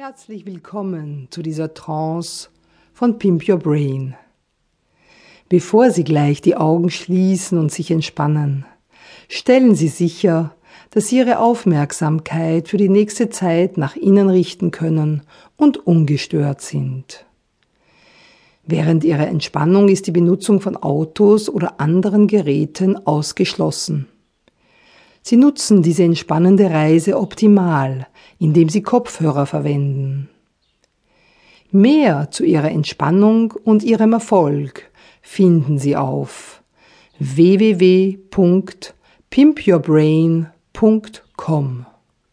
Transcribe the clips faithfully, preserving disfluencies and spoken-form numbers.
Herzlich willkommen zu dieser Trance von Pimp Your Brain. Bevor Sie gleich die Augen schließen und sich entspannen, stellen Sie sicher, dass Sie Ihre Aufmerksamkeit für die nächste Zeit nach innen richten können und ungestört sind. Während Ihrer Entspannung ist die Benutzung von Autos oder anderen Geräten ausgeschlossen. Sie nutzen diese entspannende Reise optimal, indem Sie Kopfhörer verwenden. Mehr zu Ihrer Entspannung und Ihrem Erfolg finden Sie auf w w w punkt pimp your brain punkt com.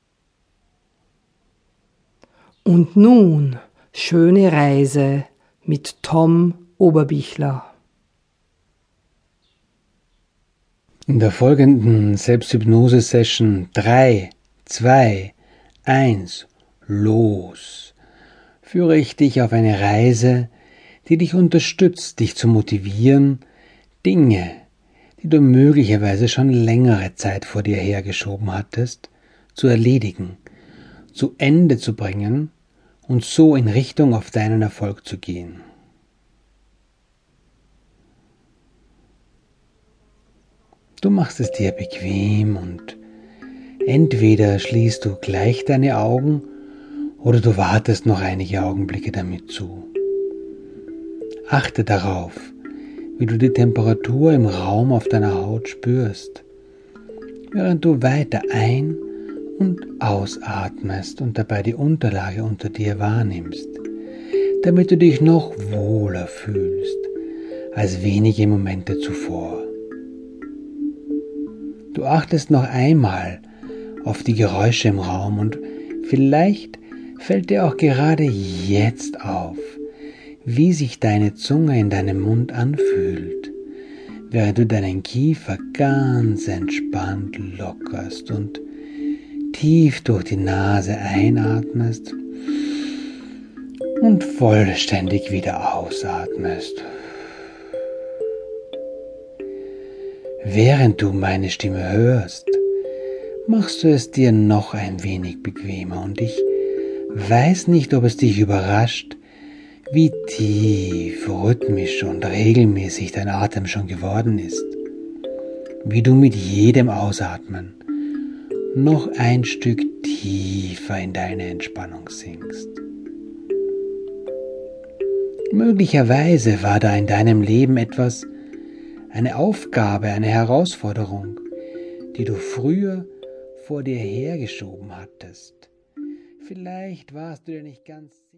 Und nun schöne Reise mit Tom Oberbichler. In der folgenden Selbsthypnose-Session drei, zwei, eins, los, führe ich dich auf eine Reise, die dich unterstützt, dich zu motivieren, Dinge, die du möglicherweise schon längere Zeit vor dir hergeschoben hattest, zu erledigen, zu Ende zu bringen und so in Richtung auf deinen Erfolg zu gehen. Du machst es dir bequem und entweder schließt du gleich deine Augen oder du wartest noch einige Augenblicke damit zu. Achte darauf, wie du die Temperatur im Raum auf deiner Haut spürst, während du weiter ein- und ausatmest und dabei die Unterlage unter dir wahrnimmst, damit du dich noch wohler fühlst als wenige Momente zuvor. Du achtest noch einmal auf die Geräusche im Raum und vielleicht fällt dir auch gerade jetzt auf, wie sich deine Zunge in deinem Mund anfühlt, während du deinen Kiefer ganz entspannt lockerst und tief durch die Nase einatmest und vollständig wieder ausatmest. Während du meine Stimme hörst, machst du es dir noch ein wenig bequemer und ich weiß nicht, ob es dich überrascht, wie tief, rhythmisch und regelmäßig dein Atem schon geworden ist, wie du mit jedem Ausatmen noch ein Stück tiefer in deine Entspannung sinkst. Möglicherweise war da in deinem Leben etwas, eine Aufgabe, eine Herausforderung, die du früher vor dir hergeschoben hattest. Vielleicht warst du dir nicht ganz sicher.